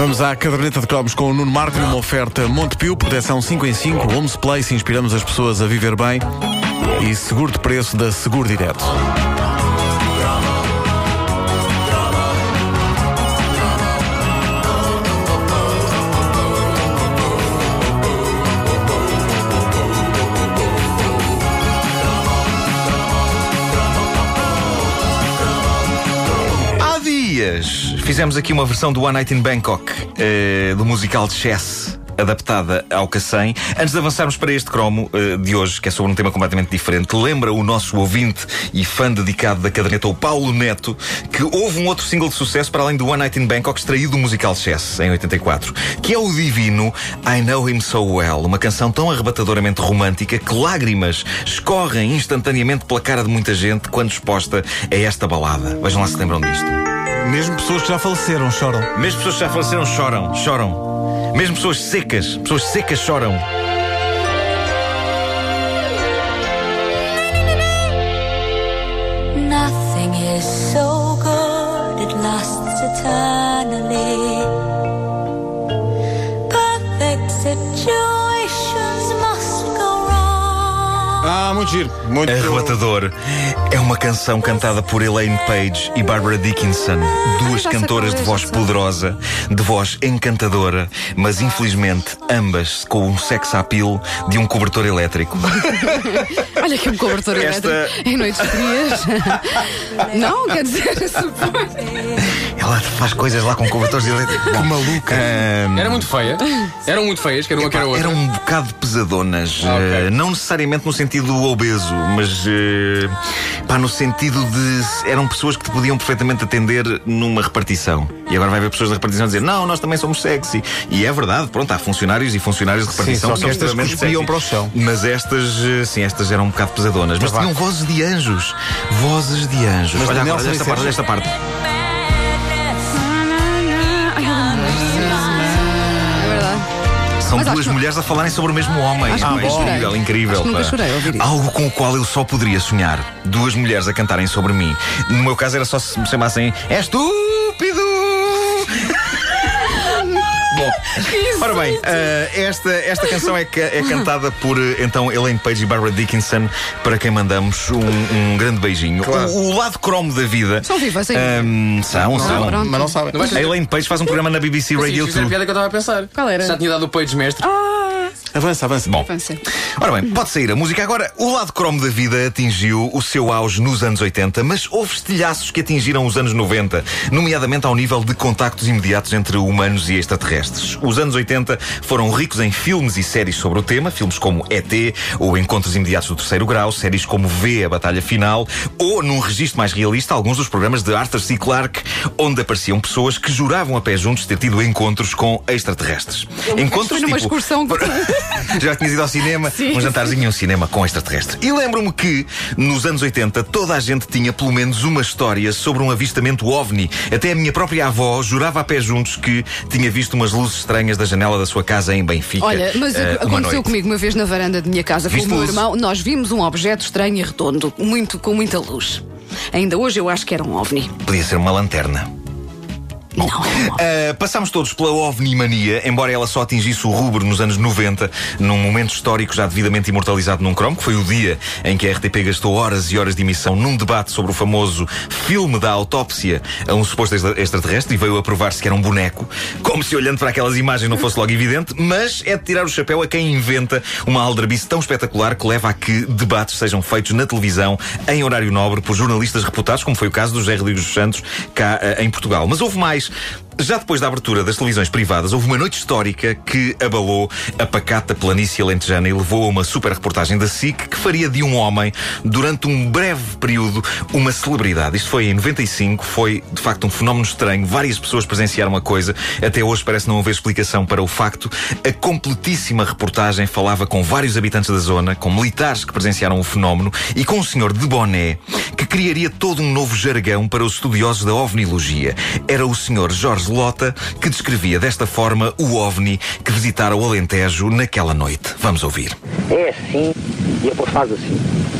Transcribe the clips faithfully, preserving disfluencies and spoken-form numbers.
Vamos à caderneta de cromos com o Nuno Marco, numa oferta Montepio, proteção cinco em cinco, Homes Place, inspiramos as pessoas a viver bem, e seguro de preço da Seguro Direto. Fizemos aqui uma versão do One Night in Bangkok, uh, do musical de Chess, adaptada ao Cacém. Antes de avançarmos para este cromo uh, de hoje, que é sobre um tema completamente diferente, lembra o nosso ouvinte e fã dedicado da caderneta, o Paulo Neto, que houve um outro single de sucesso para além do One Night in Bangkok, extraído do musical Chess, em oitenta e quatro, que é o divino I Know Him So Well, uma canção tão arrebatadoramente romântica que lágrimas escorrem instantaneamente pela cara de muita gente quando exposta a esta balada. Vejam lá se lembram disto. Mesmo pessoas que já faleceram choram. Mesmo pessoas que já faleceram choram, choram. Mesmo pessoas secas, pessoas secas choram. Nothing is so good, it lasts eternally. Perfect situations must go wrong. Ah, muito giro. Muito Arrebatador. É uma canção cantada por Elaine Paige e Barbara Dickinson, duas cantoras de voz poderosa, de voz encantadora, mas infelizmente ambas com um sex appeal de um cobertor elétrico. Olha que um cobertor Esta... elétrico em noites frias. Não, quer dizer, ela faz coisas lá com cobertores elétricos. Que maluca. Um... Era muito feia. Eram muito feias, quer uma quer a outra. Eram um bocado pesadonas. Ah, okay. uh, não necessariamente no sentido obeso, mas uh, pá, no sentido de eram pessoas que te podiam perfeitamente atender numa repartição. E agora vai haver pessoas da repartição a dizer: não, nós também somos sexy. E é verdade, pronto, há funcionários e funcionários de repartição. Sim, só que estas cuspiam para o chão. Mas estas, uh, sim, estas eram um bocado pesadonas. Mas tinham vozes de anjos. Vozes de anjos. Mas olha agora, agora, esta parte, olha esta parte. São Mas duas que... mulheres a falarem sobre o mesmo homem. Acho que ah, nunca incrível, chorei. incrível. Acho que nunca chorei ao ouvir isso. Algo com o qual eu só poderia sonhar. Duas mulheres a cantarem sobre mim. No meu caso era só se me chamassem É estúpido! Bom, ora bem, uh, esta, esta canção é, é cantada por então Elaine Paige e Barbara Dickinson, para quem mandamos um, um grande beijinho. Claro. O, o lado cromo da vida. São vivas ainda. Um, são, são. Pronto. Mas não sabem. Não A Elaine Paige faz um programa na B B C Radio Sim, a dois. piada que eu estava a pensar. Qual era? Já tinha dado o Page mestre. Avança, avança. Bom, Avança. ora bem, pode sair a música agora. O lado cromo da vida atingiu o seu auge nos anos oitenta, mas houve estilhaços que atingiram os anos noventa, nomeadamente ao nível de contactos imediatos entre humanos e extraterrestres. Os anos oitenta foram ricos em filmes e séries sobre o tema, filmes como E T ou Encontros Imediatos do Terceiro Grau, séries como V, A Batalha Final, ou, num registro mais realista, alguns dos programas de Arthur C. Clarke, onde apareciam pessoas que juravam a pé juntos ter tido encontros com extraterrestres. Encontros Foi numa tipo... excursão. Já tinhas ido ao cinema? Sim. Um jantarzinho em um cinema com extraterrestre. E lembro-me que, nos anos oitenta, toda a gente tinha pelo menos uma história sobre um avistamento OVNI. Até a minha própria avó jurava a pé juntos que tinha visto umas luzes estranhas da janela da sua casa em Benfica. Olha, mas uh, uma aconteceu noite. comigo uma vez na varanda de minha casa Viste com o meu luz? irmão. Nós vimos um objeto estranho e redondo, muito, com muita luz. Ainda hoje eu acho que era um OVNI. Podia ser uma lanterna. Não, não. Uh, passámos todos pela OVNI-mania, embora ela só atingisse o rubro nos anos noventa, num momento histórico já devidamente imortalizado num cromo, que foi o dia em que a R T P gastou horas e horas de emissão num debate sobre o famoso filme da autópsia a um suposto extraterrestre, e veio a provar-se que era um boneco, como se olhando para aquelas imagens não fosse logo evidente, mas é de tirar o chapéu a quem inventa uma aldrabice tão espetacular que leva a que debates sejam feitos na televisão, em horário nobre, por jornalistas reputados, como foi o caso do José Rodrigues dos Santos, cá uh, em Portugal. Mas houve mais. Já depois da abertura das televisões privadas, houve uma noite histórica que abalou a pacata planície alentejana e levou a uma super reportagem da S I C que faria de um homem, durante um breve período, uma celebridade. Isto foi em noventa e cinco, foi de facto um fenómeno estranho. Várias pessoas presenciaram a coisa. Até hoje parece não haver explicação para o facto. A completíssima reportagem falava com vários habitantes da zona, com militares que presenciaram o fenómeno e com um senhor de boné que criaria todo um novo jargão para os estudiosos da ovnilogia. Era o senhor Jorge Lota, que descrevia desta forma o OVNI que visitara o Alentejo naquela noite. Vamos ouvir. É assim, e depois faz assim.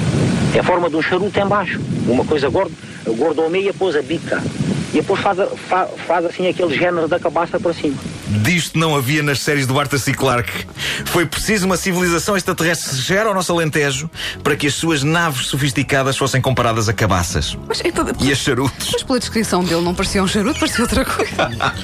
É a forma de um charuto em baixo. Uma coisa gorda, gorda ao meio e depois a bica. E depois faz, faz, faz assim aquele género da cabaça para cima. Disto não havia nas séries do Arthur C. Clarke. Foi preciso uma civilização extraterrestre chegar ao nosso Alentejo para que as suas naves sofisticadas fossem comparadas a cabaças. Mas, e, E a charutos. mas pela descrição dele não parecia um charuto, parecia outra coisa.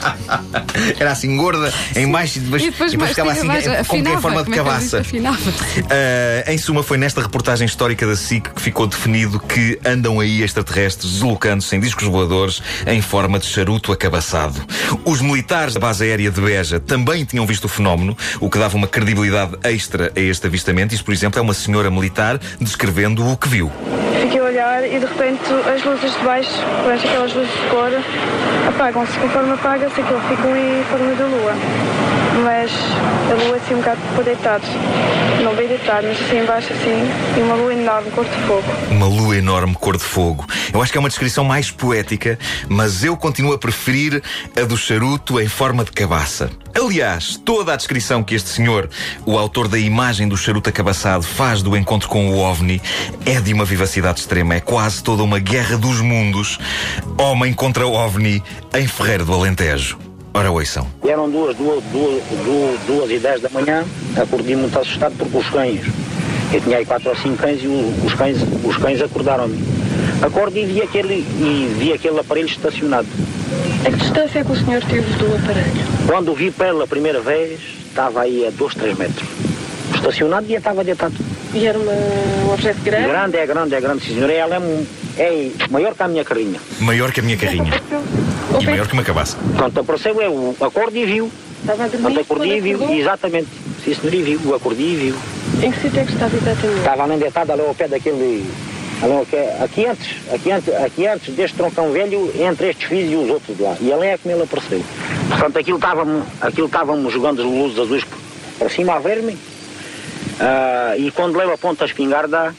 Era assim gorda, em baixo e depois, E depois, e depois ficava assim mais, em- como que em afinava, forma de como é que cabaça. diz? Afinava. Uh, em suma, foi nesta reportagem histórica da S I C que ficou definido que andam aí extraterrestres deslocando-se em discos voadores em forma de charuto acabaçado. Os militares da base aérea de Beja também tinham visto o fenómeno, o que dava uma credibilidade extra a este avistamento. Isto, por exemplo, é uma senhora militar descrevendo o que viu. Fiquei a olhar e de repente as luzes de baixo, vejo aquelas luzes de cor, apagam-se. Conforme apaga-se, aquilo ficam em forma de lua. Mas a lua assim um bocado para deitar. Não bem deitar, mas assim embaixo assim, e uma lua enorme, cor de fogo. Uma lua enorme, cor de fogo. Eu acho que é uma descrição mais poética, mas eu continuo a preferir a do charuto em forma de cabaça. Aliás, toda a descrição que este senhor, o autor da imagem do charuto acabaçado, faz do encontro com o OVNI é de uma vivacidade extrema. É quase toda uma guerra dos mundos. Homem contra OVNI em Ferreiro do Alentejo. Ora, ouçam. E eram duas, duas, duas, duas, duas e dez da manhã, acordei muito assustado porque os cães, eu tinha aí quatro ou cinco cães e o- os cães, os cães acordaram-me. Acordo e vi aquele, e vi aquele aparelho estacionado. A que distância é que o senhor teve do aparelho? Quando o vi pela primeira vez, estava aí a dois, três metros. Estacionado e eu estava deitado. E era uma, um objeto grande? Grande, é grande, é grande, sim, senhor. Ela é, um- é maior que a minha carrinha. Maior que a minha carrinha. O E pé maior que uma cabaça. Quando apareceu, eu acordo e viu. estava a dormir, Quando acordei e viu, acordou? exatamente. Sim, senhor, e viu. Acordei e viu. Em que sítio é que estava exatamente? Estava ali deitado ali ao pé daquele... Ali, ao pé- aqui antes, aqui antes, aqui antes deste troncão velho, entre estes filhos e os outros de lá. E ali é como ele apareceu. Portanto, aquilo estava-me aquilo estava-me jogando as luzes azuis para cima a ver-me. Ah, e quando levo a ponta a espingarda,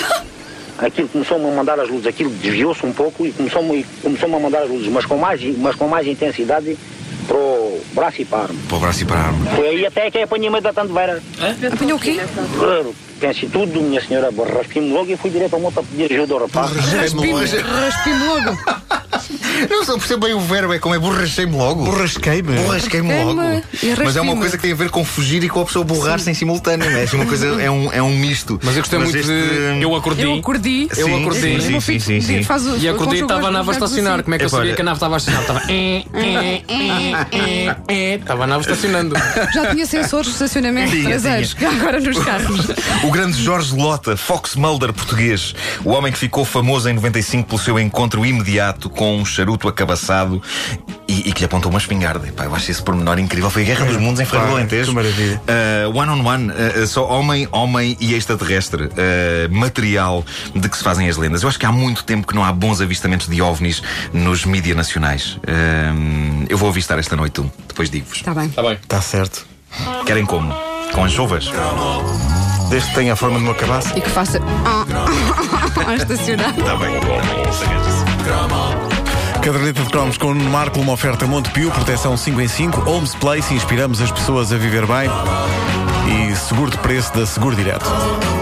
aquilo começou-me a mandar as luzes. Aquilo desviou-se um pouco e começou-me começou a mandar as luzes, mas com mais, mas com mais intensidade para o braço e para a arma. Para o braço e para a arma. Foi aí até que apanhei meio da tandeira. Apanhou o quê? Claro, pensei tudo, minha senhora, raspei-me logo e fui direto ao moto a pedir ajuda ao rapaz. Raspim-me logo. Não sei, percebo bem o verbo, é como é borrachei-me logo. Borrasquei-me. Borrasquei-me logo. Borrasquei-me e Mas é uma raspi-me. coisa que tem a ver com fugir e com a pessoa borrar-se em simultâneo. É, uma coisa, é, um, é um misto. Mas eu gostei muito este- de. Eu acordei. Eu acordei. Eu Sim, acordei. sim, sim, sim, sim. Faz o- E acordei e com o estava a nave a jogo estacionar. assim. Como é que eu Epá, sabia olha- que a nave estava a estacionar? Estava. eh, eh, eh, eh, eh. Estava a nave estacionando. Já tinha sensores de estacionamento Tinha, traseiros, que agora nos carros. O grande Jorge Lota, Fox Mulder português, o homem que ficou famoso em noventa e cinco pelo seu encontro imediato com um charuto acabaçado e, e que lhe apontou uma espingarda. Epá, eu acho esse pormenor incrível. Foi a Guerra dos Mundos em Ferreiro do Pá, Alentejo. que maravilha. Uh, one on one, uh, só homem, homem e extraterrestre. Uh, material de que se fazem as lendas. Eu acho que há muito tempo que não há bons avistamentos de OVNIs nos mídias nacionais. Uh, eu vou avistar esta noite um, depois digo-vos. Está bem. Está bem. Está certo. Querem como? Com anchovas? Desde que tenha a forma de uma cabaça. E que faça. A estacionar. Está bem. Caderneta de cromos com o Nuno Marco, uma oferta Montepio, proteção cinco em cinco, Homes Place, inspiramos as pessoas a viver bem e seguro de preço da Seguro Direto.